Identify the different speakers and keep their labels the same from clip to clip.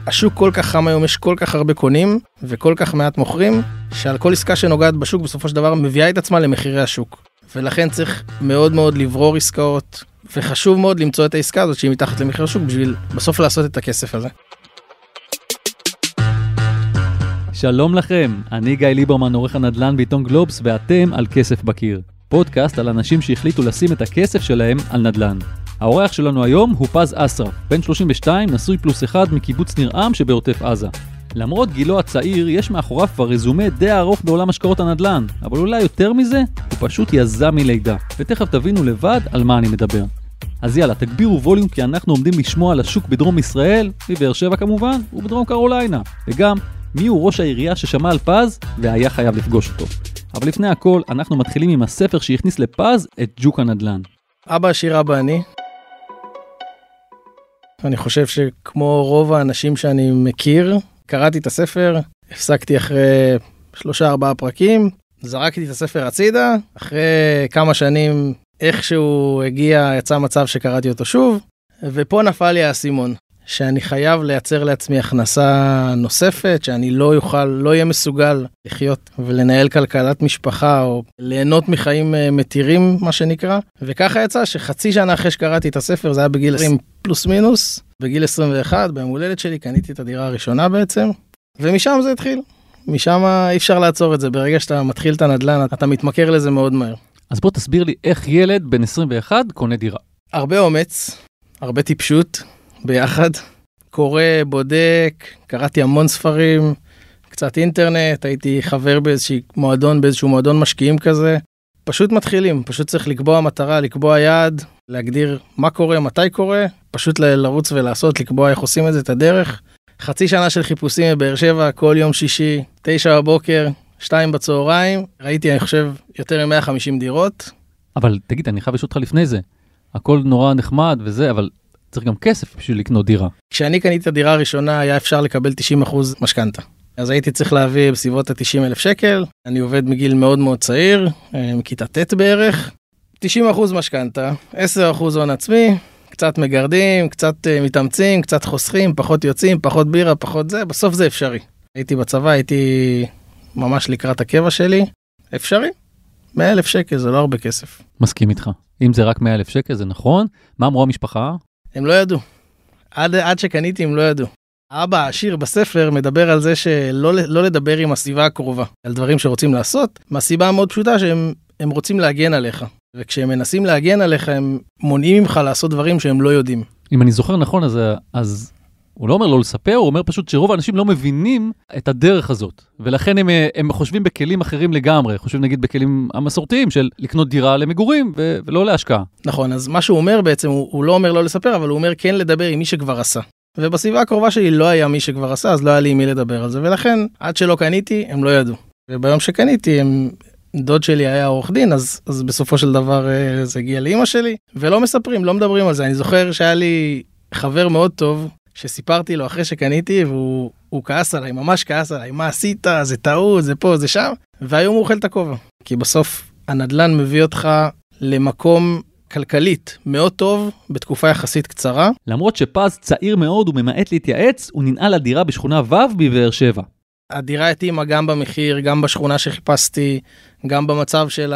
Speaker 1: השוק כל כך חם היום, יש כל כך הרבה קונים וכל כך מעט מוכרים, שעל כל עסקה שנוגעת בשוק בסופו של דבר מביאה את עצמה למחירי השוק. ולכן צריך מאוד מאוד לברור עסקאות, וחשוב מאוד למצוא את העסקה הזאת שהיא מתחת למחיר השוק בשביל בסוף לעשות את הכסף הזה.
Speaker 2: שלום לכם, אני גיא ליברמן, עורך הנדל"ן בעיתון גלובס, ואתם על כסף בקיר. פודקאסט על אנשים שהחליטו לשים את הכסף שלהם על נדל"ן. האורח שלנו היום הוא פז אסרף, בן 32, נשוי פלוס אחד מקיבוץ ניר עם שבעוטף עזה. למרות גילו הצעיר, יש מאחוריו כבר רזומה די ארוך בעולם השקעות הנדל"ן, אבל אולי יותר מזה, הוא פשוט יזם מלידה, ותכף תבינו לבד על מה אני מדבר. אז יאללה, תגבירו ווליום כי אנחנו עומדים לשמוע על השוק בדרום ישראל, בבאר שבע כמובן, ובדרום קרוליינה, וגם מי הוא ראש העירייה ששמע על פז והיה חייב לפגוש אותו. אבל לפני הכל, אנחנו מתחילים עם הספר שהכניס לפז את ג'וק הנדל"ן.
Speaker 1: אבא עשיר, אבא אני. אני חושב שכמו רוב האנשים שאני מכיר, קראתי את הספר, הפסקתי אחרי 3-4 פרקים, זרקתי את הספר הצידה, אחרי כמה שנים איכשהו הגיע, יצא מצב שקראתי אותו שוב, ופה נפל לי האסימון, שאני חייב לייצר לעצמי הכנסה נוספת, שאני לא אהיה מסוגל לחיות ולנהל כלכלת משפחה, או ליהנות מחיים מתירים, מה שנקרא. וככה יצא שחצי שנה אחרי שקראתי את הספר, זה היה בגיל 20 פלוס מינוס, בגיל 21, ביום הולדת שלי, קניתי את הדירה הראשונה בעצם, ומשם זה התחיל. משם אי אפשר לעצור את זה, ברגע שאתה מתחיל את הנדל"ן, אתה מתמכר לזה מאוד מהר.
Speaker 2: אז בוא תסביר לי איך ילד בן 21 קונה דירה.
Speaker 1: הרבה אומץ, הרבה טיפשות, ביחד, קורא, בודק, קראתי המון ספרים, קצת אינטרנט, הייתי חבר באיזשהו מועדון משקיעים כזה. פשוט מתחילים, פשוט צריך לקבוע מטרה, לקבוע יעד, להגדיר מה קורה, מתי קורה, פשוט לרוץ ולעשות, לקבוע איך עושים את זה, את הדרך. חצי שנה של חיפושים בבאר שבע, כל יום שישי, 9 בבוקר, 2 בצהריים, ראיתי, אני חושב, יותר מ-150 דירות.
Speaker 2: אבל תגיד, אני חייב לשאול אותך לפני זה. הכל נורא נחמד וזה, אבל צריך גם כסף בשביל לקנות דירה.
Speaker 1: כשאני קניתי את הדירה הראשונה, היה אפשר לקבל 90% משכנתה. אז הייתי צריך להביא בסביבות ה-90,000 שקל. אני עובד מגיל מאוד מאוד צעיר, מכיתה ט' בערך. 90% משכנתה, 10% הון עצמי, קצת מגרדים, קצת מתאמצים, קצת חוסכים, פחות יוצאים, פחות בירה, פחות זה. בסוף זה אפשרי. הייתי בצבא, הייתי ממש לקראת הקבע שלי. אפשרי. 100,000 שקל, זה לא הרבה כסף.
Speaker 2: מסכים איתך. אם זה רק 100,000 שקל, זה נכון. מה אמרו המשפחה?
Speaker 1: הם לא ידעו. עד שקניתי הם לא ידעו. האבא העשיר בספר מדבר על זה שלא לדבר עם הסביבה הקרובה, על דברים שרוצים לעשות, מהסיבה מאוד פשוטה שהם רוצים להגן עליך. וכשהם מנסים להגן עליך, הם מונעים ממך לעשות דברים שהם לא יודעים.
Speaker 2: אם אני זוכר נכון, אז הוא לא אומר לא לספר, הוא אומר פשוט שרוב האנשים לא מבינים את הדרך הזאת. ולכן הם חושבים בכלים אחרים לגמרי, חושבים נגיד בכלים המסורתיים של לקנות דירה למגורים ולא להשקעה.
Speaker 1: נכון, אז מה שהוא אומר בעצם, הוא לא אומר לא לספר, אבל הוא אומר כן לדבר עם מי שכבר עשה. ובסביבה הקרובה שלי לא היה מי שכבר עשה, אז לא היה לי עם מי לדבר על זה. ולכן, עד שלא קניתי, הם לא ידעו. וביום שקניתי, דוד שלי היה עורך דין, אז בסופו של דבר זה הגיע לאמא שלי, ולא מספרים, לא מדברים על זה. אני זוכר שהיה לי חבר מאוד טוב, שסיפרתי לו אחרי שקניתי, והוא כעס עליי, ממש כעס עליי, מה עשית? זה טעות, זה פה, זה שם. והיום הוא אוכל את הכובע. כי בסוף הנדל"ן מביא אותך למקום כלכלית מאוד טוב, בתקופה יחסית קצרה.
Speaker 2: למרות שפז צעיר מאוד וממעט להתייעץ, הוא ננעל לדירה בשכונה ו' בבאר שבע.
Speaker 1: הדירה התאימה גם במחיר, גם בשכונה שחיפשתי, גם במצב של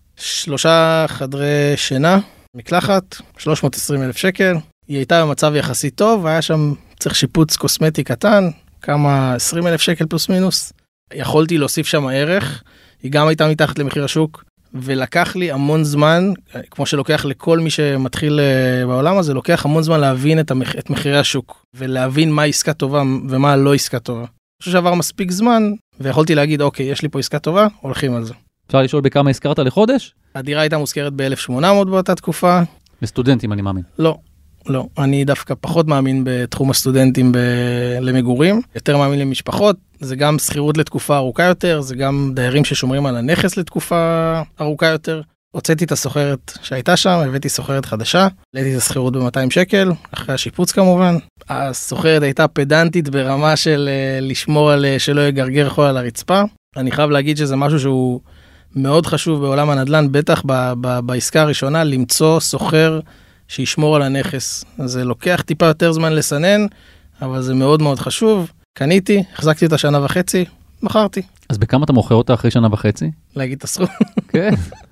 Speaker 1: 3 חדרי שינה, מקלחת, 320,000 שקל. היא הייתה במצב יחסית טוב, היה שם צריך שיפוץ קוסמטי קטן, כמה 20,000 שקל פלוס מינוס. יכולתי להוסיף שם ערך, היא גם הייתה מתחת למחיר השוק, ולקח לי המון זמן, כמו שלוקח לכל מי שמתחיל בעולם הזה, לוקח המון זמן להבין את מחירי השוק, ולהבין מה עסקה טובה ומה לא עסקה טובה. אני חושב שעבר מספיק זמן, ויכולתי להגיד, אוקיי, יש לי פה עסקה טובה, הולכים על זה.
Speaker 2: אפשר לשאול בכמה הזכרת לחודש?
Speaker 1: הדירה הייתה מוזכרת ב-1,800 באותה תקופה.
Speaker 2: לסטודנטים, אני מאמין.
Speaker 1: לא, אני דווקא פחות מאמין בתחום הסטודנטים למגורים, יותר מאמין למשפחות, זה גם שכירות לתקופה ארוכה יותר, זה גם דיירים ששומרים על הנכס לתקופה ארוכה יותר. הוצאתי את הסוחרת שהייתה שם, הבאתי סוחרת חדשה, העליתי את הסחירות ב-200 שקל, אחרי השיפוץ כמובן. הסוחרת הייתה פדנטית ברמה של לשמור על שלא יגרגר חול על הרצפה. אני חייב להגיד שזה משהו שהוא מאוד חשוב בעולם הנדל"ן, בטח בעסקה הראשונה, למצוא סוחר שישמור על הנכס. זה לוקח טיפה יותר זמן לסנן, אבל זה מאוד מאוד חשוב. קניתי, החזקתי אותה 1.5 שנה, מכרתי.
Speaker 2: אז בכמה אתה מוכר אותה אחרי 1.5 שנה?
Speaker 1: להגיד את הסכום.
Speaker 2: כן.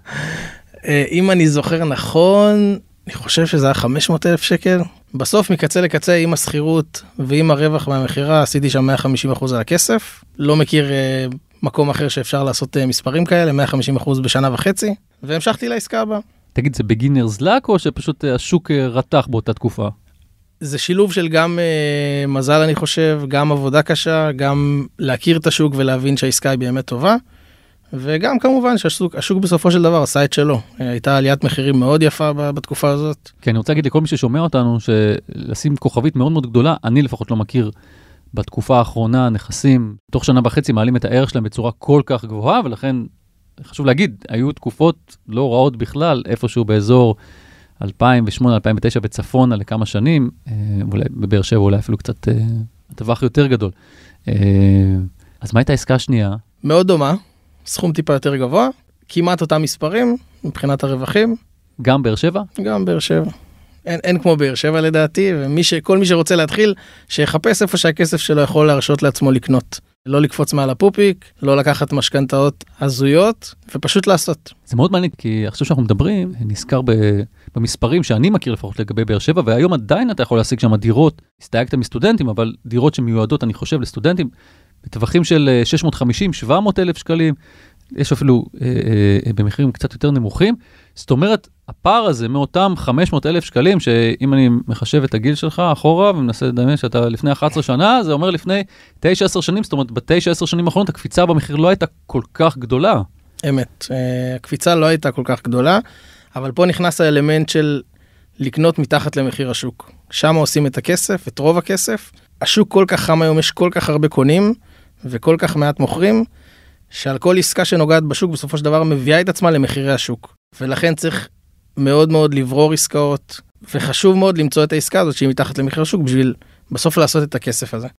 Speaker 1: אם אני זוכר נכון, אני חושב שזה היה 500,000 שקל. בסוף מקצה לקצה עם הסחירות ועם הרווח מהמחירה, עשיתי שם 150% על הכסף. לא מכיר מקום אחר שאפשר לעשות מספרים כאלה, 150% ב1.5 שנה, והמשכתי לעסקה הבאה.
Speaker 2: תגיד, זה בגינרס לק או שפשוט השוק רתח באותה תקופה?
Speaker 1: זה שילוב של גם מזל, אני חושב, גם עבודה קשה, גם להכיר את השוק ולהבין שהעסקה היא באמת טובה, וגם כמובן שהשוק בסופו של דבר עשה את שלו. הייתה עליית מחירים מאוד יפה בתקופה הזאת.
Speaker 2: כן, אני רוצה להגיד לכל מי ששומע אותנו, שלשים כוכבית מאוד מאוד גדולה, אני לפחות לא מכיר בתקופה האחרונה נכסים, תוך 1.5 שנה מעלים את הערך שלהם בצורה כל כך גבוהה, ולכן חשוב להגיד, היו תקופות לא רעות בכלל, איפשהו באזור 2008-2009 בצפון לכמה שנים, אולי בבאר שבע אולי אפילו קצת הטווח יותר גדול. אז מה הייתה העסקה השנייה? מאוד דומה,
Speaker 1: סכום טיפה יותר גבוה, כמעט אותם מספרים מבחינת הרווחים.
Speaker 2: גם באר שבע?
Speaker 1: גם באר שבע. אין כמו באר שבע לדעתי, וכל מי שרוצה להתחיל, שיחפש איפה שהכסף שלו יכול להרשות לעצמו לקנות. לא לקפוץ מעל הפופיק, לא לקחת משכנתאות הזויות, ופשוט לעשות.
Speaker 2: זה מאוד מעניין, כי עכשיו שאנחנו מדברים, נזכר במספרים שאני מכיר לפחות לגבי באר שבע, והיום עדיין אתה יכול להשיג שם דירות, הסתייגת מסטודנטים, אבל דירות שמיועדות, אני חושב, לסטודנטים, בטווחים של 650-700 אלף שקלים, יש אפילו במחירים קצת יותר נמוכים. זאת אומרת, הפער הזה מאותם 500,000 שקלים, שאם אני מחשב את הגיל שלך אחורה, ומנסה לדמיין שאתה לפני 11 שנה, זה אומר לפני 9-10 שנים, זאת אומרת, ב9-10 שנים האחרונות, הקפיצה במחיר לא הייתה כל כך גדולה.
Speaker 1: אמת, הקפיצה לא הייתה כל כך גדולה, אבל פה נכנס האלמנט של לקנות מתחת למחיר השוק. שם עושים את הכסף, את רוב הכסף. השוק כל כך חם היום, יש כל כך הרבה קונים, וכל כך מעט מוכרים, שעל כל עסקה שנוגעת בשוק, בסופו של דבר מביאה את עצמה למחירי השוק. ולכן צריך מאוד מאוד לברור עסקאות, וחשוב מאוד למצוא את העסקה הזאת שהיא מתחת למחיר השוק, בשביל בסוף לעשות את הכסף הזה.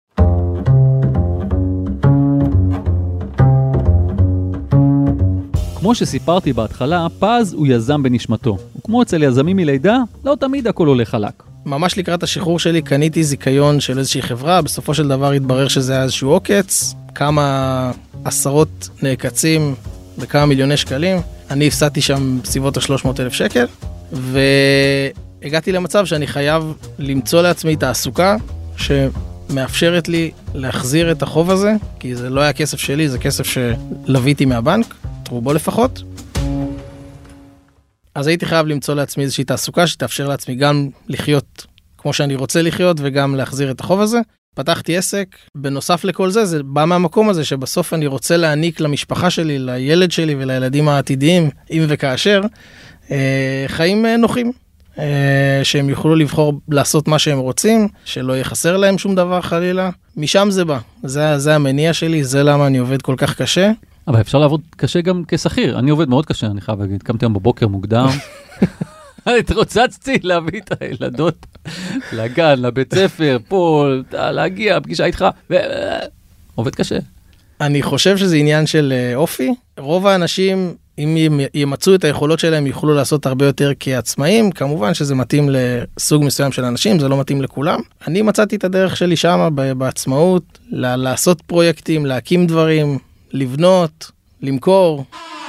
Speaker 2: כמו שסיפרתי בהתחלה, פז הוא יזם בנשמתו. וכמו אצל יזמים מלידה, לא תמיד הכל הולך חלק.
Speaker 1: ממש לקראת השחרור שלי קניתי זיכיון של איזושהי חברה, בסופו של דבר התברר שזה היה איזשהו עוקץ, כמה עשרות נעקצים בכמה מיליוני שקלים. אני הפסדתי שם בסביבות ה-300,000 שקל, והגעתי למצב שאני חייב למצוא לעצמי תעסוקה שמאפשרת לי להחזיר את החוב הזה, כי זה לא היה כסף שלי, זה כסף שלוויתי מהבנק, רובו לפחות. אז הייתי חייב למצוא לעצמי איזושהי תעסוקה שתאפשר לעצמי גם לחיות כמו שאני רוצה לחיות וגם להחזיר את החוב הזה. פתחתי עסק, בנוסף לכל זה, זה בא מהמקום הזה שבסוף אני רוצה להעניק למשפחה שלי, לילד שלי ולילדים העתידיים, אם וכאשר, חיים נוחים, שהם יוכלו לבחור לעשות מה שהם רוצים, שלא יחסר להם שום דבר חלילה. משם זה בא, זה המניע שלי, זה למה אני עובד כל כך קשה.
Speaker 2: אבל אפשר לעבוד קשה גם כשכיר, אני עובד מאוד קשה, אני חייב להגיד, קמתי היום בבוקר מוקדם, התרוצצתי להביא את הילדות לגן, לבית ספר, פה, להגיע, פגישה איתך, עובד קשה.
Speaker 1: אני חושב שזה עניין של אופי. רוב האנשים, אם ימצאו את היכולות שלהם, יוכלו לעשות הרבה יותר כעצמאים. כמובן שזה מתאים לסוג מסוים של אנשים, זה לא מתאים לכולם. אני מצאתי את הדרך שלי שם, בעצמאות, לעשות פרויקטים, להקים דברים, לבנות, למכור.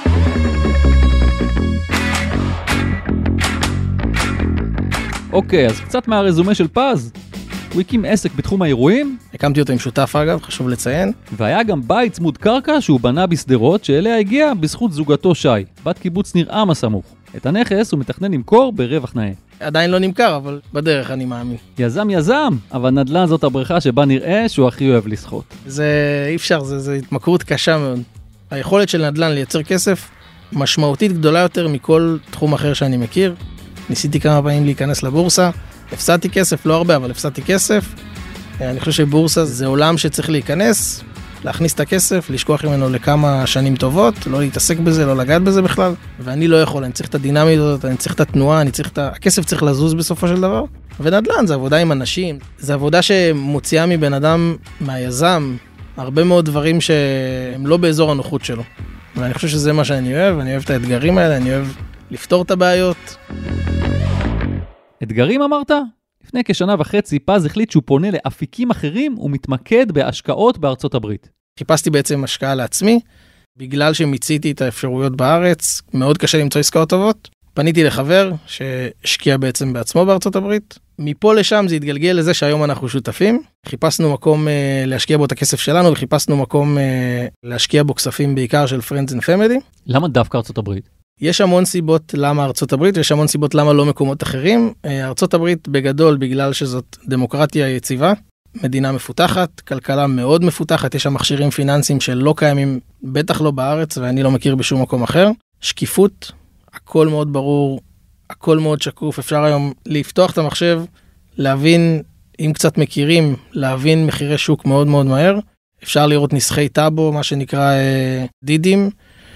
Speaker 2: אוקיי, אז קצת מהרזומה של פז. הוא הקים עסק בתחום האירועים.
Speaker 1: הקמתי אותו עם שותף אגב, חשוב לציין.
Speaker 2: והיה גם בית צמוד קרקע שהוא בנה בשדרות, שאליה הגיע בזכות זוגתו שי, בת קיבוץ ניר עם הסמוך. את הנכס הוא מתכנן למכור ברווח נאה.
Speaker 1: עדיין לא נמכר, אבל בדרך אני מאמין.
Speaker 2: יזם, אבל נדל"ן זאת הבריכה שבה נראה שהוא הכי אוהב לשחות.
Speaker 1: זה אי אפשר, זה התמכרות קשה מאוד. היכולת של נדל"ן לייצר כסף משמעותית גדולה יותר מכל תחום אחר שאני מכיר. ניסיתי כמה פעמים להיכנס לבורסה, הפסדתי כסף, לא הרבה, אבל הפסדתי כסף. אני חושב שבורסה זה עולם שצריך להיכנס, להכניס את הכסף, לשכוח ממנו לכמה שנים טובות, לא להתעסק בזה, לא לגעת בזה בכלל, ואני לא יכול, אני צריך את הדינמיות הזאת, אני צריך את התנועה, הכסף צריך לזוז בסופו של דבר, ונדל"ן זה עבודה עם אנשים, זה עבודה שמוציאה מבן אדם, מהיזם, הרבה מאוד דברים שהם לא באזור הנוחות שלו, ואני חושב שזה מה שאני אוהב, אני אוהב את האתגרים האלה, אני אוהב לפתור את הבעיות.
Speaker 2: אתגרים אמרת? לפני כשנה וחצי פז החליט שהוא פונה לאפיקים אחרים ומתמקד בהשקעות בארצות הברית.
Speaker 1: חיפשתי בעצם השקעה לעצמי, בגלל שמיציתי את האפשרויות בארץ, מאוד קשה למצוא עסקאות טובות. פניתי לחבר שהשקיע בעצם בעצמו בארצות הברית. מפה לשם זה התגלגל לזה שהיום אנחנו שותפים. חיפשנו מקום להשקיע בו את הכסף שלנו, וחיפשנו מקום להשקיע בו כספים בעיקר של Friends and Family.
Speaker 2: למה דווקא ארצות הברית?
Speaker 1: יש המון סיבות למה ארצות הברית, ויש המון סיבות למה לא מקומות אחרים. ארצות הברית בגדול בגלל שזאת דמוקרטיה יציבה, מדינה מפותחת, כלכלה מאוד מפותחת, יש שם מכשירים פיננסיים שלא קיימים, בטח לא בארץ, ואני לא מכיר בשום מקום אחר. שקיפות, הכל מאוד ברור, הכל מאוד שקוף, אפשר היום לפתוח את המחשב, להבין, אם קצת מכירים, להבין מחירי שוק מאוד מאוד מהר. אפשר לראות נסחי טאבו, מה שנקרא דידים,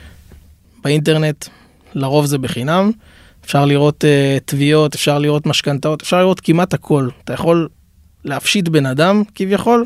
Speaker 1: באינטרנט, לרוב זה בחינם. אפשר לראות תביעות, אפשר לראות משכנתאות, אפשר לראות כמעט הכל. אתה יכול להפשיט בן אדם, כביכול,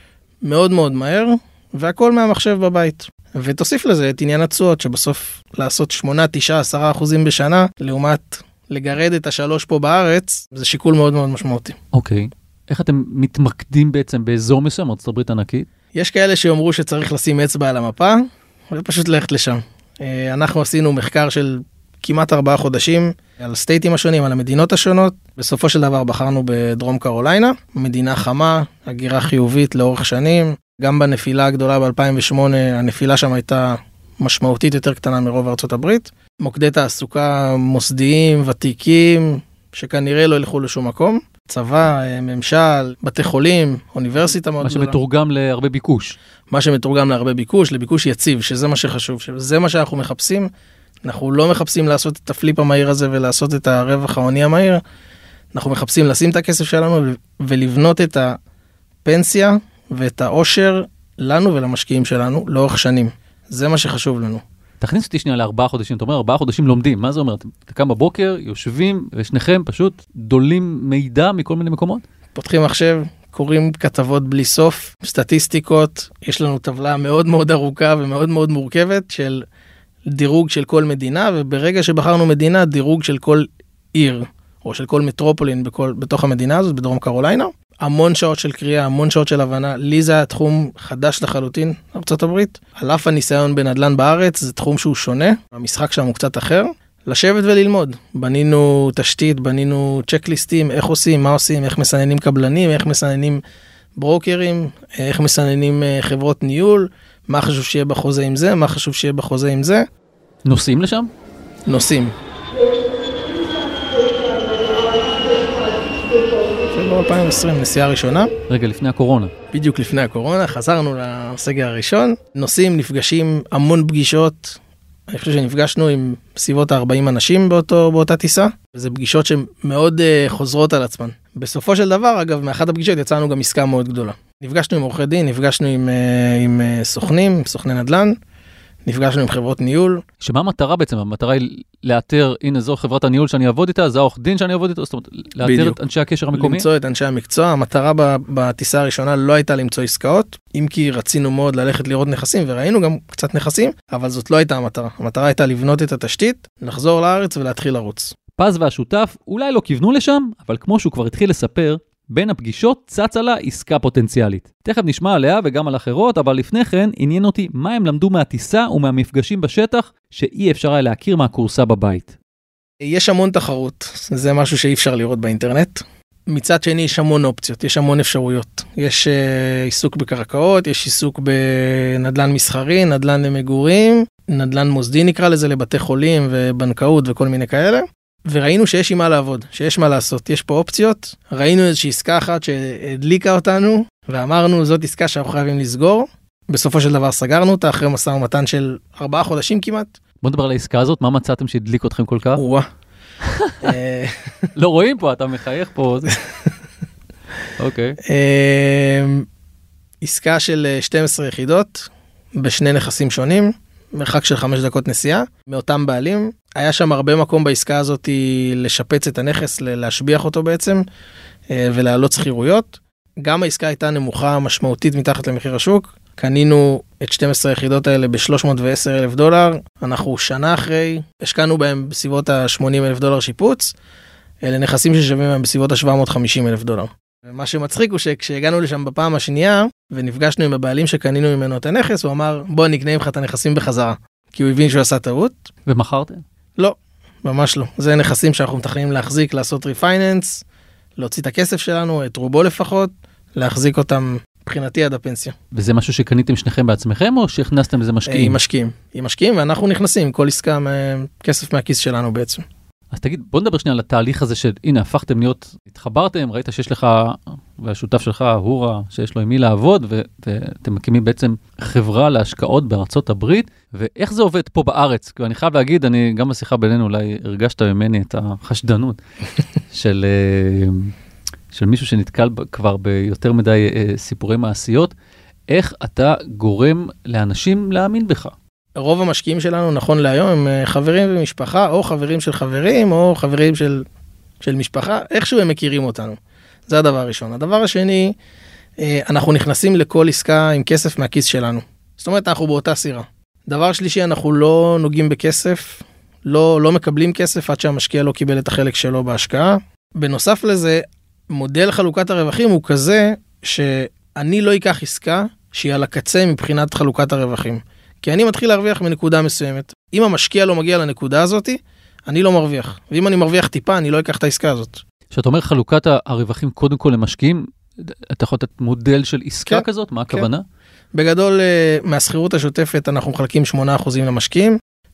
Speaker 1: מאוד מאוד מהר, והכל מהמחשב בבית. ותוסיף לזה את עניין התשואות, שבסוף לעשות 8, 9, 10% בשנה, לעומת לגרד את 3 פה בארץ, זה שיקול מאוד מאוד משמעותי.
Speaker 2: אוקיי. איך אתם מתמקדים בעצם באזור מסוים, ארצות הברית ענקית?
Speaker 1: יש כאלה שאומרו שצריך לשים אצבע על המפה, ופשוט ללכת לשם. אנחנו עשינו מחקר של כמעט 4 חודשים, על הסטייטים השונים, על המדינות השונות. בסופו של דבר בחרנו בדרום קרוליינה, מדינה חמה, הגירה חיובית לאורך שנים. גם בנפילה הגדולה ב-2008, הנפילה שם הייתה משמעותית יותר קטנה מרוב ארצות הברית. מוקדי תעסוקה מוסדיים, ותיקים, שכנראה לא ילכו לשום מקום. צבא, ממשל, בתי חולים, אוניברסיטה מאוד גדולה.
Speaker 2: מה שמתורגם להרבה ביקוש.
Speaker 1: מה שמתורגם להרבה ביקוש, לביקוש יציב, שזה מה שחשוב, שזה מה שאנחנו מחפשים. אנחנו לא מחפשים לעשות את הפליפ המהיר הזה ולעשות את הרווח ההוני המהיר. אנחנו מחפשים לשים את הכסף שלנו ולבנות את הפנסיה ואת העושר לנו ולמשקיעים שלנו לאורך שנים. זה מה שחשוב לנו.
Speaker 2: תכניס אותי שנייה ל4 חודשים, אתה אומר 4 חודשים לומדים, מה זה אומר? אתה קם בבוקר, יושבים ושניכם פשוט דולים מידע מכל מיני מקומות?
Speaker 1: פותחים מחשב, קוראים כתבות בלי סוף, סטטיסטיקות, יש לנו טבלה מאוד מאוד ארוכה ומאוד מאוד מורכבת של דירוג של כל מדינה, וברגע שבחרנו מדינה, דירוג של כל עיר, או של כל מטרופולין בתוך המדינה הזאת, בדרום קרוליינה. המון שעות של קריאה, המון שעות של הבנה. לי זה היה תחום חדש לחלוטין, ארצות הברית. על אף הניסיון בנדל"ן בארץ, זה תחום שהוא שונה. המשחק שם הוא קצת אחר. לשבת וללמוד. בנינו תשתית, בנינו צ'קליסטים, איך עושים, מה עושים, איך מסננים קבלנים, איך מסננים ברוקרים, איך מסננים חברות ניהול, מה חשוב שיהיה בחוזה עם זה, מה חשוב שיהיה בחוזה עם זה.
Speaker 2: נוסעים לשם?
Speaker 1: נוסעים. פברואר 2020, נסיעה ראשונה.
Speaker 2: רגע, לפני הקורונה.
Speaker 1: בדיוק לפני הקורונה, חזרנו לסגר הראשון. נוסעים, נפגשים, המון פגישות. אני חושב שנפגשנו עם סביבות 40 אנשים באותה טיסה. וזה פגישות שמאוד חוזרות על עצמן. בסופו של דבר, אגב, מאחת הפגישות יצאנו גם עסקה מאוד גדולה. נפגשנו עם עורכי דין, נפגשנו עם סוכנים, סוכני נדל"ן. נפגשנו עם חברות ניהול.
Speaker 2: שמה המטרה בעצם? המטרה היא לאתר, הנה זו חברת הניהול שאני אעבוד איתה, זה העורך דין שאני אעבוד איתה, זאת אומרת, לאתר את אנשי הקשר המקומי?
Speaker 1: למצוא את אנשי המקצוע. המטרה בטיסה הראשונה לא הייתה למצוא עסקאות, אם כי רצינו מאוד ללכת לראות נכסים, וראינו גם קצת נכסים, אבל זאת לא הייתה המטרה. המטרה הייתה לבנות את התשתית, לחזור לארץ ולהתחיל לרוץ.
Speaker 2: פז והשותף אולי לא כיוונו לשם, אבל כמו שהוא כבר התחיל לספר, בין הפגישות צצה לה עסקה פוטנציאלית. תכף נשמע עליה וגם על אחרות, אבל לפני כן עניין אותי מה הם למדו מהטיסה ומהמפגשים בשטח שאי אפשר היה להכיר מהקורסה בבית.
Speaker 1: יש המון תחרות, זה משהו שאי אפשר לראות באינטרנט. מצד שני יש המון אופציות, יש המון אפשרויות. יש עיסוק בקרקעות, יש עיסוק בנדלן מסחרי, נדלן למגורים, נדלן מוסדי נקרא לזה, לבתי חולים ובנקאות וכל מיני כאלה. וראינו שיש עם מה לעבוד, שיש מה לעשות, יש פה אופציות. ראינו איזושהי עסקה אחת שהדליקה אותנו, ואמרנו, זאת עסקה שאנחנו חייבים לסגור. בסופו של דבר סגרנו אותה, אחרי משא ומתן של 4 חודשים כמעט.
Speaker 2: בוא נדבר על העסקה הזאת, מה מצאתם שהדליק אתכם כל כך? לא רואים פה, אתה מחייך פה. אוקיי.
Speaker 1: עסקה של 12 יחידות, בשני נכסים שונים, מרחק של 5 דקות נסיעה, מאותם בעלים. היה שם הרבה מקום בעסקה הזאת לשפץ את הנכס, להשביח אותו בעצם, ולהעלות שכירויות. גם העסקה הייתה נמוכה משמעותית מתחת למחיר השוק. קנינו את 12 היחידות האלה $310,000. אנחנו שנה אחרי, השקענו בהם בסביבות $80,000 שיפוץ. אלה נכסים ששווים להם בסביבות $750,000. ומה שמצחיק הוא שכשהגענו לשם בפעם השנייה, ונפגשנו עם הבעלים שקנינו ממנו את הנכס, הוא אמר, בוא נקנה ממך את הנכסים בחזרה. כי הוא הבין שהוא עשה טעות.
Speaker 2: ומכרתם?
Speaker 1: לא, ממש לא. זה נכסים שאנחנו מתכננים להחזיק, לעשות ריפייננס, להוציא את הכסף שלנו, את רובו לפחות, להחזיק אותם מבחינתי עד הפנסיה.
Speaker 2: וזה משהו שקניתם שניכם בעצמכם, או שהכנסתם איזה משקיעים?
Speaker 1: עם משקיעים. עם משקיעים, ואנחנו נכנסים, כל עסקה כסף מהכיס שלנו בעצם.
Speaker 2: אז תגיד, בוא נדבר שנייה על התהליך הזה שהנה, הפכתם להיות, התחברתם, ראית שיש לך, והשותף שלך, הורה, שיש לו עם מי לעבוד, ואתם מקימים בעצם חברה להשקעות בארצות הברית, ואיך זה עובד פה בארץ? כי אני חייב להגיד, אני גם בשיחה בינינו, אולי הרגשת ממני את החשדנות של מישהו שנתקל כבר ביותר מדי סיפורי מעשיות, איך אתה גורם לאנשים להאמין בך?
Speaker 1: רוב המשקיעים שלנו, נכון להיום, הם חברים ומשפחה, או חברים של חברים, או חברים של משפחה, איכשהו הם מכירים אותנו. זה הדבר הראשון. הדבר השני, אנחנו נכנסים לכל עסקה עם כסף מהכיס שלנו. זאת אומרת, אנחנו באותה סירה. דבר שלישי, אנחנו לא נוגעים בכסף, לא מקבלים כסף עד שהמשקיע לא קיבל את החלק שלו בהשקעה. בנוסף לזה, מודל חלוקת הרווחים הוא כזה שאני לא אקח עסקה שהיא על הקצה מבחינת חלוקת הרווחים. כי אני מתחיל להרוויח מנקודה מסוימת. אם המשקיע לא מגיע לנקודה הזאת, אני לא מרוויח. ואם אני מרוויח טיפה, אני לא אקח את העסקה הזאת.
Speaker 2: כשאתה אומר חלוקת הרווחים קודם כל למשקיעים, אתה יכול לתת מודל של עסקה כזאת? מה הכוונה?
Speaker 1: בגדול, מהסחירות השוטפת אנחנו מחלקים 8% למשקיעים,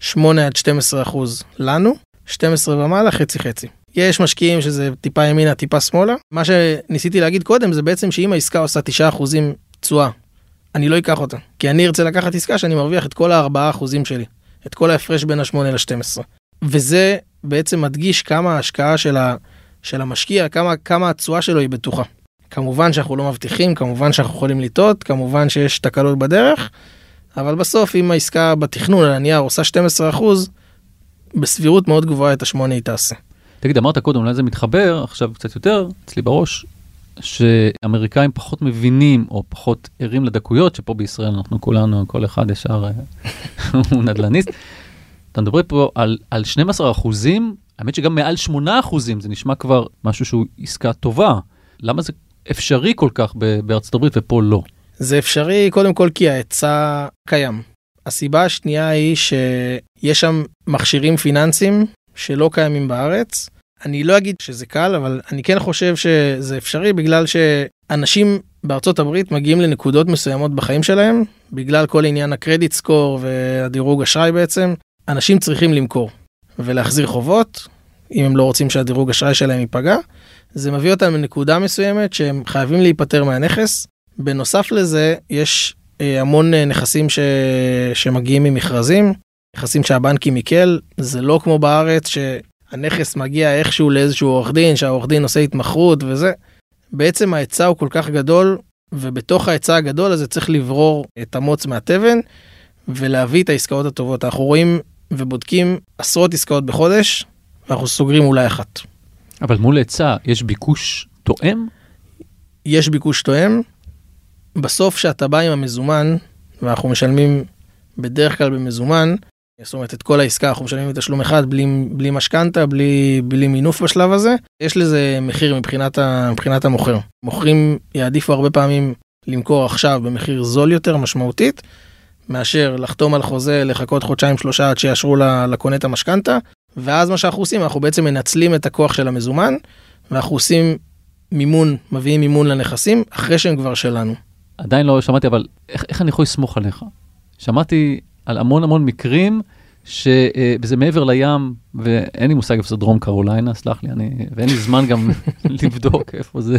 Speaker 1: 8-12% לנו, 12 ומעלה, חצי-חצי. יש משקיעים שזה טיפה ימינה, טיפה שמאלה. מה שניסיתי להגיד קודם, זה בעצם שאם העסקה עושה 9% תשואה, אני לא אקח אותה. כי אני ארצה לקחת עסקה שאני מרוויח את כל 4% שלי. את כל ההפרש בין 8 ל-12. וזה בעצם מדגיש כמה ההשקעה של המשקיע, כמה התשואה שלו היא בטוחה. כמובן שאנחנו לא מבטיחים, כמובן שאנחנו יכולים לטעות, כמובן שיש תקלות בדרך, אבל בסוף אם העסקה בתכנון על הנייר עושה 12%, בסבירות מאוד גבוהה את 8 היא תעשה.
Speaker 2: תגיד, אמרת קודם, אולי זה מתחבר, עכשיו קצת יותר, אצלי בראש, שאמריקאים פחות מבינים, או פחות ערים לדקויות, שפה בישראל אנחנו כולנו, כל אחד ישר הוא נדלניסט. אתה מדבר פה על 12%, האמת שגם מעל 8% זה נשמע כבר משהו שהוא עסקה טובה. למה זה אפשרי כל כך בארצות הברית ופה לא?
Speaker 1: זה אפשרי קודם כל כי ההיצע קיים. הסיבה השנייה היא שיש שם מכשירים פיננסיים שלא קיימים בארץ. אני לא אגיד שזה קל, אבל אני כן חושב שזה אפשרי בגלל שאנשים בארצות הברית מגיעים לנקודות מסוימות בחיים שלהם, בגלל כל עניין הקרדיט סקור והדירוג אשראי בעצם, אנשים צריכים למכור ולהחזיר חובות, אם הם לא רוצים שהדירוג אשראי שלהם ייפגע, זה מביא אותם לנקודה מסוימת שהם חייבים להיפטר מהנכס. בנוסף לזה, יש המון נכסים שמגיעים ממכרזים, נכסים שהבנקים מיקל, זה לא כמו בארץ שהנכס מגיע איכשהו לאיזשהו עורך דין, שהעורך דין עושה התמחרות וזה. בעצם ההיצע הוא כל כך גדול, ובתוך ההיצע הגדול הזה צריך לברור את המוץ מהתבן, ולהביא את העסקאות הטובות. אנחנו רואים ובודקים עשרות עסקאות בחודש, ואנחנו סוגרים אולי אחת.
Speaker 2: אבל מול היצע, יש ביקוש תואם?
Speaker 1: יש ביקוש תואם. בסוף שאתה בא עם המזומן, ואנחנו משלמים בדרך כלל במזומן, זאת אומרת, את כל העסקה אנחנו משלמים בתשלום אחד, בלי משכנתה, בלי מינוף בשלב הזה. יש לזה מחיר מבחינת המוכר. מוכרים יעדיפו הרבה פעמים למכור עכשיו במחיר זול יותר, משמעותית, מאשר לחתום על חוזה, לחכות חודשיים-3 עד שיאשרו לקונה את המשכנתה, ואז מה שאנחנו עושים, אנחנו בעצם מנצלים את הכוח של המזומן, ואנחנו עושים מימון, מביאים מימון לנכסים, אחרי שהם כבר שלנו.
Speaker 2: עדיין לא שמעתי, אבל איך אני יכול לסמוך עליך? שמעתי על המון מקרים, שזה מעבר לים, ואין לי מושג איפה זה דרום קרוליינה, סלח לי, ואין לי זמן גם לבדוק איפה זה.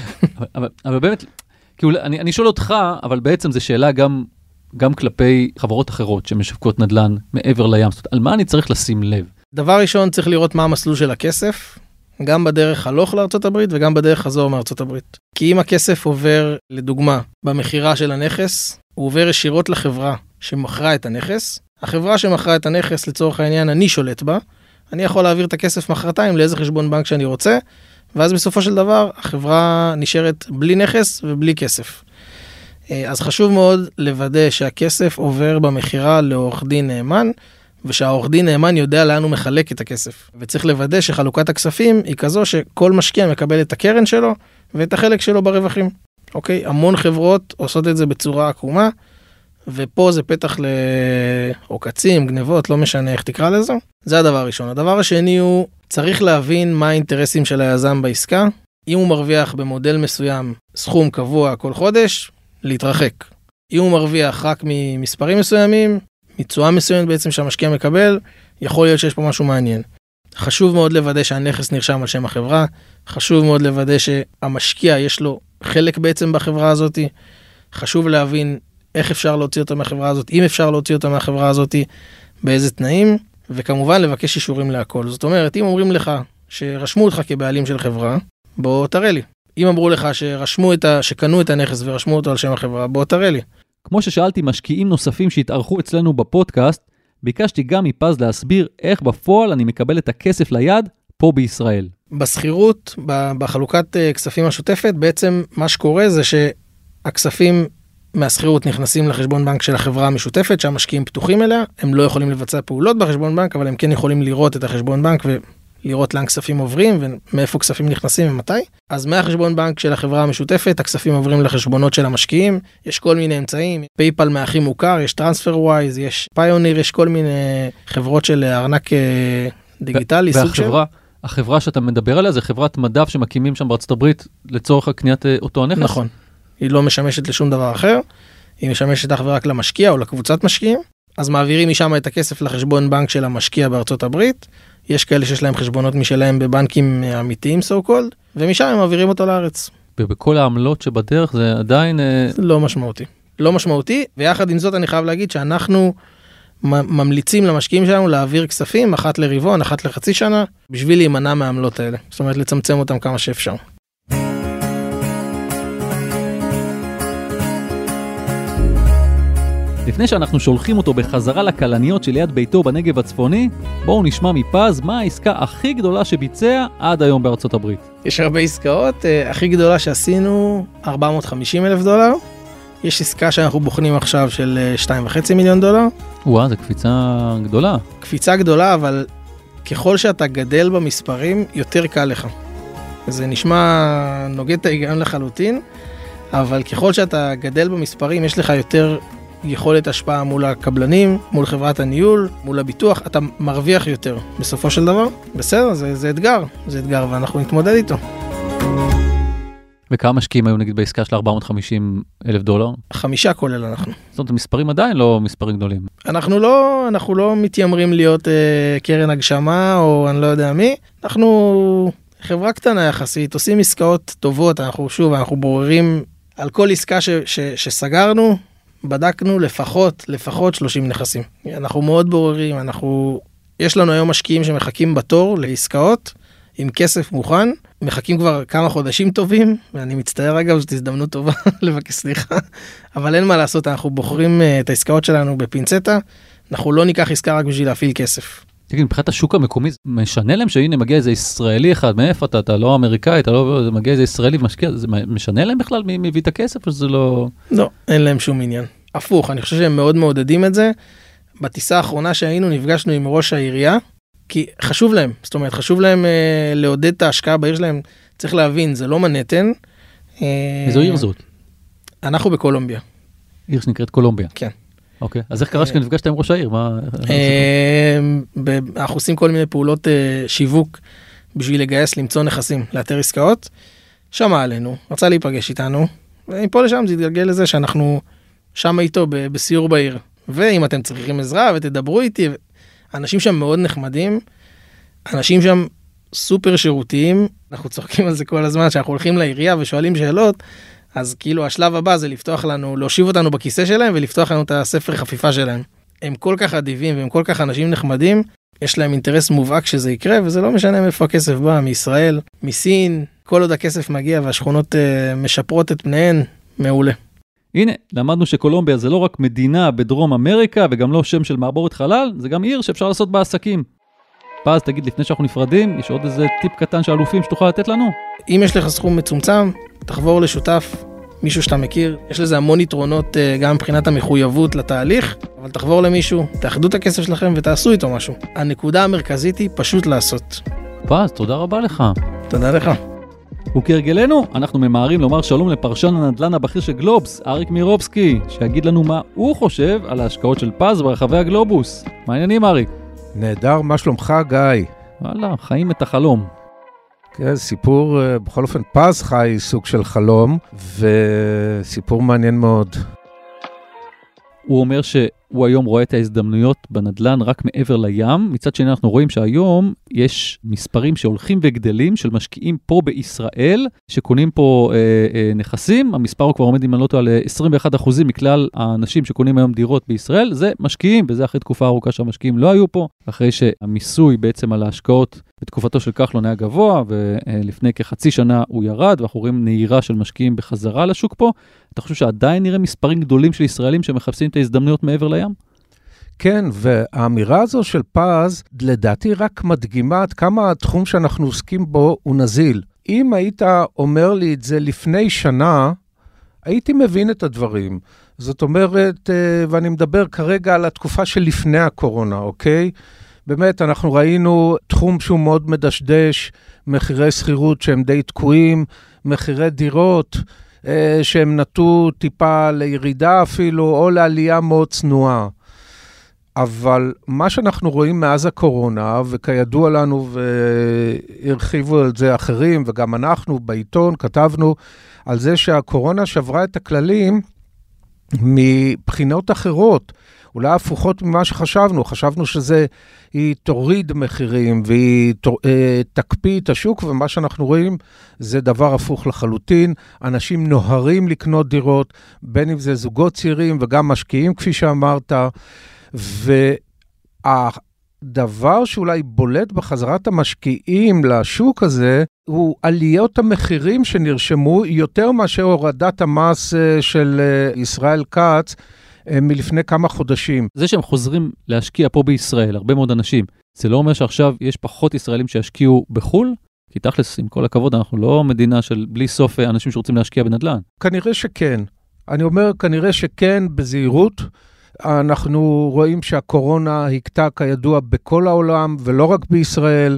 Speaker 2: אבל באמת, אני שואל אותך, אבל בעצם זו שאלה גם כלפי חברות אחרות שמשווקות נדל"ן מעבר לים. זאת אומרת, על מה אני צריך לשים לב? דבר
Speaker 1: ראשון, צריך לראות מה המסלול של הכסף, גם בדרך הלוך לארצות הברית וגם בדרך חזור מארצות הברית. כי אם הכסף עובר, לדוגמה, במחירה של הנכס, הוא עובר ישירות לחברה שמכרה את הנכס. החברה שמכרה את הנכס, לצורך העניין, אני שולט בה. אני יכול להעביר את הכסף מחרתיים לאיזה חשבון בנק שאני רוצה, ואז בסופו של דבר, החברה נשארת בלי נכס ובלי כסף. אז חשוב מאוד לוודא שהכסף עובר במחירה לעורך דין נאמן, ושהעורך דין נאמן יודע לאן הוא מחלק את הכסף. וצריך לוודא שחלוקת הכספים היא כזו שכל משקיע מקבל את הקרן שלו ואת החלק שלו ברווחים. אוקיי? המון חברות עושות את זה בצורה עקומה, ופה זה פתח לעוקצים, גנבות, לא משנה איך תקרא לזה. זה הדבר הראשון. הדבר השני הוא, צריך להבין מה האינטרסים של היזם בעסקה. אם הוא מרוויח במודל מסוים סכום קבוע כל חודש, להתרחק. אם הוא מרוויח רק ממספרים מסוימים, מתשואה מסוימת בעצם שהמשקיע מקבל, יכול להיות שיש פה משהו מעניין. חשוב מאוד לוודא שהנכס נרשם על שם החברה, חשוב מאוד לוודא שהמשקיע יש לו חלק בעצם בחברה הזאת, חשוב להבין איך אפשר להוציא אותו מהחברה הזאת, אם אפשר להוציא אותו מהחברה הזאת, באיזה תנאים, וכמובן לבקש אישורים להכל. זאת אומרת, אם אומרים לך שרשמו אותך כבעלים של חברה, בוא תראה לי. אם אמרו לך שקנו את הנכס ורשמו אותו על שם החברה, בוא תראה לי.
Speaker 2: כמו ששאלתי משקיעים נוספים שהתארחו אצלנו בפודקאסט, ביקשתי גם מפז להסביר איך בפועל אני מקבל את הכסף ליד פה בישראל.
Speaker 1: בסחירות, בחלוקת כספים השוטפת, בעצם מה שקורה זה שהכספים מהסחירות נכנסים לחשבון בנק של החברה המשותפת, שהמשקיעים פתוחים אליה, הם לא יכולים לבצע פעולות בחשבון בנק, אבל הם כן יכולים לראות את החשבון בנק ולראות לאן כספים עוברים ומאיפה כספים נכנסים ומתי. אז מהחשבון בנק של החברה המשותפת, הכספים עוברים לחשבונות של המשקיעים, יש כל מיני אמצעים, פייפל מהכי מוכר, יש TransferWise, יש Pioneer, יש כל מיני חברות של ארנק דיגיטלי, סוג של...
Speaker 2: החברה שאתה מדבר עליה זה חברת מדף שמקימים שם בארצות הברית לצורך הקניית אותו הנכס?
Speaker 1: נכון. היא לא משמשת לשום דבר אחר, היא משמשת אך ורק למשקיע או לקבוצת משקיעים, אז מעבירים משם את הכסף לחשבון בנק של המשקיע בארצות הברית, יש כאלה שיש להם חשבונות משלהם בבנקים אמיתיים so called, ומשם הם מעבירים אותו לארץ.
Speaker 2: ובכל העמלות שבדרך זה עדיין...
Speaker 1: לא משמעותי. לא משמעותי, ויחד עם זאת אני חייב להגיד שאנחנו ממליצים למשקיעים שלנו להעביר כספים אחת לרבעון, אחת לחצי שנה, בשביל להימנע מהעמלות האלה. זאת אומרת, לצמצם אותם כמה שאפשר.
Speaker 2: לפני שאנחנו שולחים אותו בחזרה לקלניות שליד ביתו בנגב הצפוני, בואו נשמע מפז מה העסקה הכי גדולה שביצע עד היום בארצות הברית.
Speaker 1: יש הרבה עסקאות, הכי גדולה שעשינו, $450,000. יש עסקה שאנחנו בוחנים עכשיו של $2.5 מיליון.
Speaker 2: וואה, זו קפיצה גדולה.
Speaker 1: קפיצה גדולה, אבל ככל שאתה גדל במספרים, יותר קל לך. זה נשמע נוגד את ההיגיון לחלוטין, אבל ככל שאתה גדל במספרים, יש לך יותר יכולת השפעה מול הקבלנים, מול חברת הניהול, מול הביטוח, אתה מרוויח יותר בסופו של דבר. בסדר, זה אתגר, ואנחנו נתמודד איתו.
Speaker 2: וכמה משקיעים היו נגיד בעסקה של $450,000?
Speaker 1: 5 כולל אנחנו.
Speaker 2: זאת אומרת, המספרים עדיין לא מספרים גדולים.
Speaker 1: אנחנו לא מתיימרים להיות קרן הגשמה או אני לא יודע מי. אנחנו חברה קטנה יחסית, עושים עסקאות טובות, אנחנו בוררים על כל עסקה שסגרנו, בדקנו לפחות 30 נכסים. אנחנו מאוד בוררים, יש לנו היום משקיעים שמחכים בתור לעסקאות, עם כסף מוכן, מחכים כבר כמה חודשים טובים, ואני מצטער אגב, זאת הזדמנות טובה לבקש סליחה, אבל אין מה לעשות, אנחנו בוחרים את העסקאות שלנו בפינצטה, אנחנו לא ניקח עסקה רק בשביל להפעיל כסף.
Speaker 2: תגיד, מבחינת השוק המקומי, משנה להם שהנה מגיע איזה ישראלי אחד, מאיפה אתה לא אמריקאי, אתה לא מגיע איזה ישראלי ומשקיע, זה משנה להם בכלל מי מביא את הכסף, או שזה לא...
Speaker 1: לא, אין להם שום עניין. הפוך, אני חושב שהם מאוד מעודדים את זה. בטיסה האחרונה שהיינו, נפגשנו עם ראש העירייה, כי חשוב להם, זאת אומרת, חשוב להם לעודד את ההשקעה בעיר שלהם, צריך להבין, זה לא מנהטן.
Speaker 2: איזו עיר זאת?
Speaker 1: אנחנו בקולומביה.
Speaker 2: עיר שנקראת קולומביה?
Speaker 1: כן.
Speaker 2: אוקיי, אז איך קרה שנפגשת עם ראש העיר?
Speaker 1: אנחנו עושים כל מיני פעולות שיווק, בשביל לגייס, למצוא נכסים, לאתר עסקאות. שמע עלינו, רצה להיפגש איתנו, ומפה לשם זה יתגלגל לזה שאנחנו שם איתו בסיור בעיר. ואם אתם צריכים עזרה ותדברו איתי, אנשים שם מאוד נחמדים, אנשים שם סופר שירותיים, אנחנו צוחקים על זה כל הזמן, שאנחנו הולכים לעירייה ושואלים שאלות, אז כאילו השלב הבא זה לפתוח לנו, להושיב אותנו בכיסא שלהם ולפתוח לנו את הספר חפיפה שלהם. הם כל כך אדיבים והם כל כך אנשים נחמדים, יש להם אינטרס מובהק שזה יקרה, וזה לא משנה מאיפה הכסף בא, מישראל, מסין, כל עוד הכסף מגיע והשכונות משפרות את פניהן, מעולה.
Speaker 2: הנה, למדנו שקולומביה זה לא רק מדינה בדרום אמריקה, וגם לא שם של מעבורת חלל, זה גם עיר שאפשר לעשות בה עסקים. פז, תגיד, לפני שאנחנו נפרדים, יש עוד איזה טיפ קטן של אלופים שתוכל לתת לנו?
Speaker 1: אם יש לך סכום מצומצם, תחבור לשותף מישהו שאתה מכיר, יש לזה המון יתרונות גם מבחינת המחויבות לתהליך, אבל תחבור למישהו, תאחדו את הכסף שלכם ותעשו איתו משהו. הנקודה המרכזית היא פשוט לעשות.
Speaker 2: פז, תודה רבה לך.
Speaker 1: תודה לך.
Speaker 2: וכהרגלנו, אנחנו ממהרים לומר שלום לפרשן הנדל"ן הבכיר של גלובס, אריק מירובסקי, שיגיד לנו מה הוא חושב על ההשקעות של פז ברחבי הגלובוס. מה העניינים, אריק?
Speaker 3: נהדר, מה שלומך, גיא?
Speaker 2: וואלה, חיים את החלום.
Speaker 3: כן, סיפור, בכל אופן, פז חי סוג של חלום, וסיפור מעניין מאוד.
Speaker 2: הוא אומר שהוא היום רואה את ההזדמנויות בנדלן רק מעבר לים. מצד שני אנחנו רואים שהיום יש מספרים שהולכים וגדלים של משקיעים פה בישראל, שקונים פה נכסים. המספר הוא כבר עומד עם מלוטו על 21% מכלל האנשים שקונים היום דירות בישראל. זה משקיעים, וזה אחרי תקופה ארוכה שהמשקיעים לא היו פה, אחרי שהמיסוי בעצם על ההשקעות בתקופתו של כחלון היה גבוה, ולפני כחצי שנה הוא ירד, ואנחנו רואים נהירה של משקיעים בחזרה לשוק פה. אתה חושב שעדיין נראה מספרים גדולים של ישראלים שמחפשים את ההזדמנויות מעבר לים?
Speaker 3: כן, והאמירה הזו של פז, לדעתי רק מדגימה עד כמה התחום שאנחנו עוסקים בו הוא נזיל. אם היית אומר לי את זה לפני שנה, הייתי מבין את הדברים. זאת אומרת, ואני מדבר כרגע על התקופה שלפני הקורונה, אוקיי? באמת, אנחנו ראינו תחום שהוא מאוד מדשדש, מחירי שכירות שהם די תקועים, מחירי דירות שהם נטו טיפה לירידה אפילו, או לעלייה מאוד צנועה. אבל מה שאנחנו רואים מאז הקורונה, וכידוע לנו והרחיבו על זה אחרים, וגם אנחנו בעיתון כתבנו על זה שהקורונה שברה את הכללים מבחינות אחרות, אולי הפוכות ממה שחשבנו. חשבנו היא תוריד מחירים והיא תקפיא את השוק, ומה שאנחנו רואים זה דבר הפוך לחלוטין. אנשים נוהרים לקנות דירות, בין אם זה זוגות צעירים וגם משקיעים, כפי שאמרת, והדבר שאולי בולט בחזרת המשקיעים לשוק הזה, הוא עליות המחירים שנרשמו יותר מאשר הורדת המס של ישראל כץ מלפני כמה חודשים.
Speaker 2: זה שהם חוזרים להשקיע פה בישראל, הרבה מאוד אנשים, זה לא אומר שעכשיו יש פחות ישראלים שישקיעו בחול? כי תכלס, עם כל הכבוד, אנחנו לא מדינה של בלי סוף אנשים שרוצים להשקיע בנדל"ן.
Speaker 3: כנראה שכן. אני אומר, כנראה שכן, בזהירות. אנחנו רואים שהקורונה הכתה כידוע בכל העולם, ולא רק בישראל,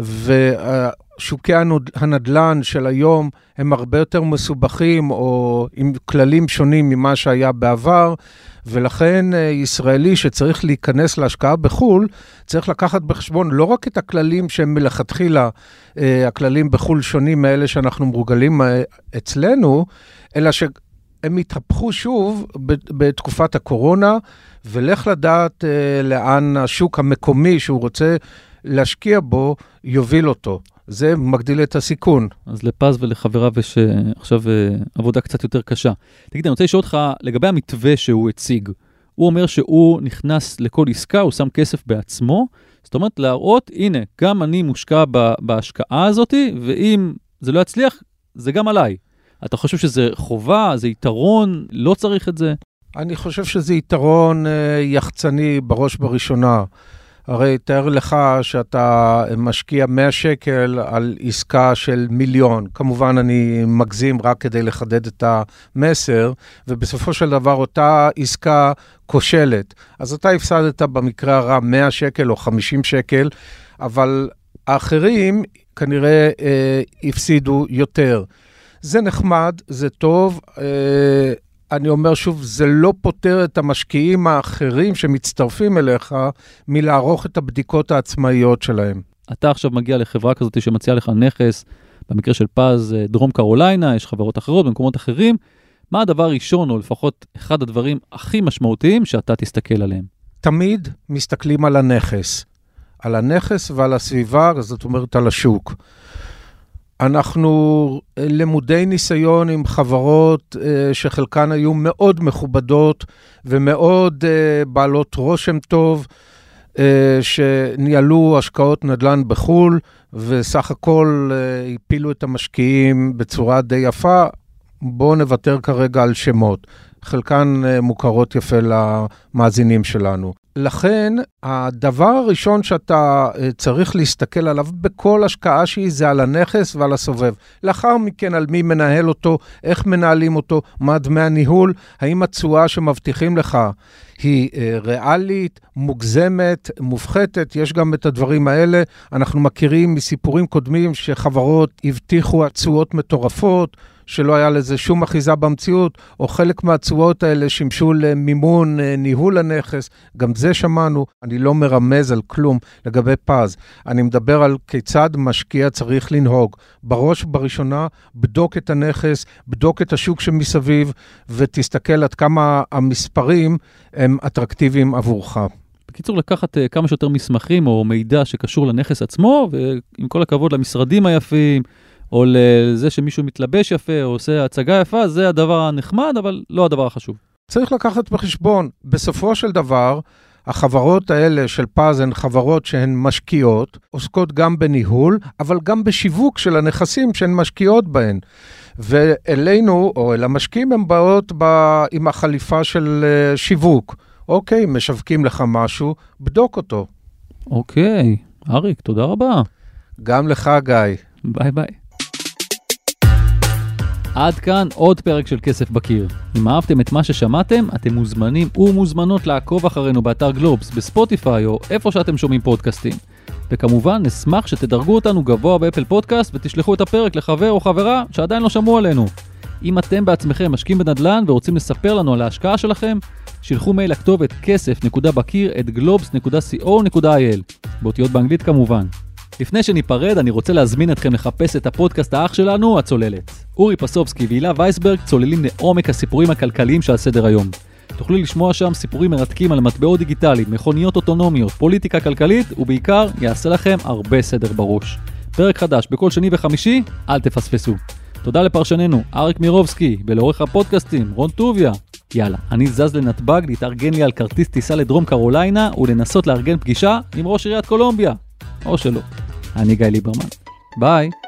Speaker 3: ושוקי הנדל"ן של היום הם הרבה יותר מסובכים, או עם כללים שונים ממה שהיה בעבר, ולכן ישראלי שצריך להיכנס להשקעה בחול, צריך לקחת בחשבון לא רק את הכללים שהם מלכתחילה, הכללים בחול שונים מאלה שאנחנו מורגלים אצלנו, אלא הם התהפכו שוב בתקופת הקורונה, ולך לדעת לאן השוק המקומי שהוא רוצה להשקיע בו, יוביל אותו. זה מגדיל את הסיכון.
Speaker 2: אז לפז ולחבריו יש עכשיו עבודה קצת יותר קשה. תגיד, אני רוצה לשאול אותך לגבי המתווה שהוא הציג. הוא אומר שהוא נכנס לכל עסקה, הוא שם כסף בעצמו, זאת אומרת להראות, הנה, גם אני מושקע בהשקעה הזאת, ואם זה לא יצליח, זה גם עליי. אתה חושב שזה חובה, זה יתרון, לא צריך את זה?
Speaker 3: אני חושב שזה יתרון יחצני בראש בראשונה. הרי תאר לך שאתה משקיע 100 שקל על עסקה של מיליון. כמובן אני מגזים רק כדי לחדד את המסר, ובסופו של דבר אותה עסקה כושלת. אז אתה הפסדת במקרה הרע 100 שקל או 50 שקל, אבל האחרים כנראה הפסידו יותר. זה נחמד, זה טוב, אני אומר שוב, זה לא פותר את המשקיעים האחרים שמצטרפים אליך מלערוך את הבדיקות העצמאיות שלהם.
Speaker 2: אתה עכשיו מגיע לחברה כזאת שמציעה לך נכס, במקרה של פז, דרום קרוליינה, יש חברות אחרות במקומות אחרים. מה הדבר הראשון, או לפחות אחד הדברים הכי משמעותיים שאתה תסתכל עליהם?
Speaker 3: תמיד מסתכלים על הנכס. על הנכס ועל הסביבה, זאת אומרת על השוק. אנחנו למודי ניסיון עם חברות שחלקן היו מאוד מכובדות ומאוד בעלות רושם טוב, שניהלו השקעות נדל"ן בחול, וסך הכל הפילו את המשקיעים בצורה די יפה. בואו נוותר כרגע על שמות. חלקן מוכרות יפה למאזינים שלנו. לכן הדבר הראשון שאתה צריך להסתכל עליו בכל השקעה שהיא זה על הנכס ועל הסובב. לאחר מכן על מי מנהל אותו, איך מנהלים אותו, מה דמי הניהול, האם התשואה שמבטיחים לך היא ריאלית, מוגזמת, מופחתת, יש גם את הדברים האלה. אנחנו מכירים מסיפורים קודמים שחברות הבטיחו תשואות מטורפות, שלא היה לזה שום אחיזה במציאות, או חלק מהתשואות האלה שימשו למימון ניהול הנכס, גם זה שמענו. אני לא מרמז על כלום לגבי פז, אני מדבר על כיצד משקיע צריך לנהוג. בראש ובראשונה, בדוק את הנכס, בדוק את השוק שמסביב, ותסתכל עד כמה המספרים הם אטרקטיביים עבורך.
Speaker 2: בקיצור, לקחת כמה שיותר מסמכים או מידע שקשור לנכס עצמו, ועם כל הכבוד למשרדים היפים, או לזה שמישהו מתלבש יפה או עושה הצגה יפה, זה הדבר הנחמד, אבל לא הדבר החשוב.
Speaker 3: צריך לקחת בחשבון, בסופו של דבר, החברות האלה של פז הן חברות שהן משקיעות, עוסקות גם בניהול, אבל גם בשיווק של הנכסים שהן משקיעות בהן. ואלינו, או אל המשקיעים, הן באות עם החליפה של שיווק. אוקיי, משווקים לך משהו, בדוק אותו.
Speaker 2: אוקיי, אריק, תודה רבה.
Speaker 3: גם לך, גיא.
Speaker 2: ביי ביי. עד כאן עוד פרק של כסף בקיר. אם אהבתם את מה ששמעתם, אתם מוזמנים ומוזמנות לעקוב אחרינו באתר גלובס, בספוטיפיי או איפה שאתם שומעים פודקאסטים. וכמובן, נשמח שתדרגו אותנו גבוה באפל פודקאסט ותשלחו את הפרק לחבר או חברה שעדיין לא שמעו עלינו. אם אתם בעצמכם משקיעים בנדל"ן ורוצים לספר לנו על ההשקעה שלכם, שילחו מייל לכתובת כסף.בקיר@globes.co.il, באותיות באנגלית כמובן. לפני שניפרד, אני רוצה להזמין אתכם לחפש את הפודקאסט האח שלנו, הצוללת. אורי פסובסקי והילה וייסברג צוללים לעומק הסיפורים הכלכליים שעל סדר היום. תוכלו לשמוע שם סיפורים מרתקים על מטבעות דיגיטליים, מכוניות אוטונומיות, פוליטיקה כלכלית, ובעיקר יעשה לכם הרבה סדר בראש. פרק חדש בכל שני וחמישי, אל תפספסו. תודה לפרשננו, אריק מירובסקי, ולעורך הפודקאסטים, רון טוביה. יאללה, אני זז לנתב"ג להתארגן לי על כרטיס טיסה לדרום קרוליינה, ולנסות לארגן פגישה עם ראש עיריית קולומביה. או שלא. אני גיא ליברמן. ביי.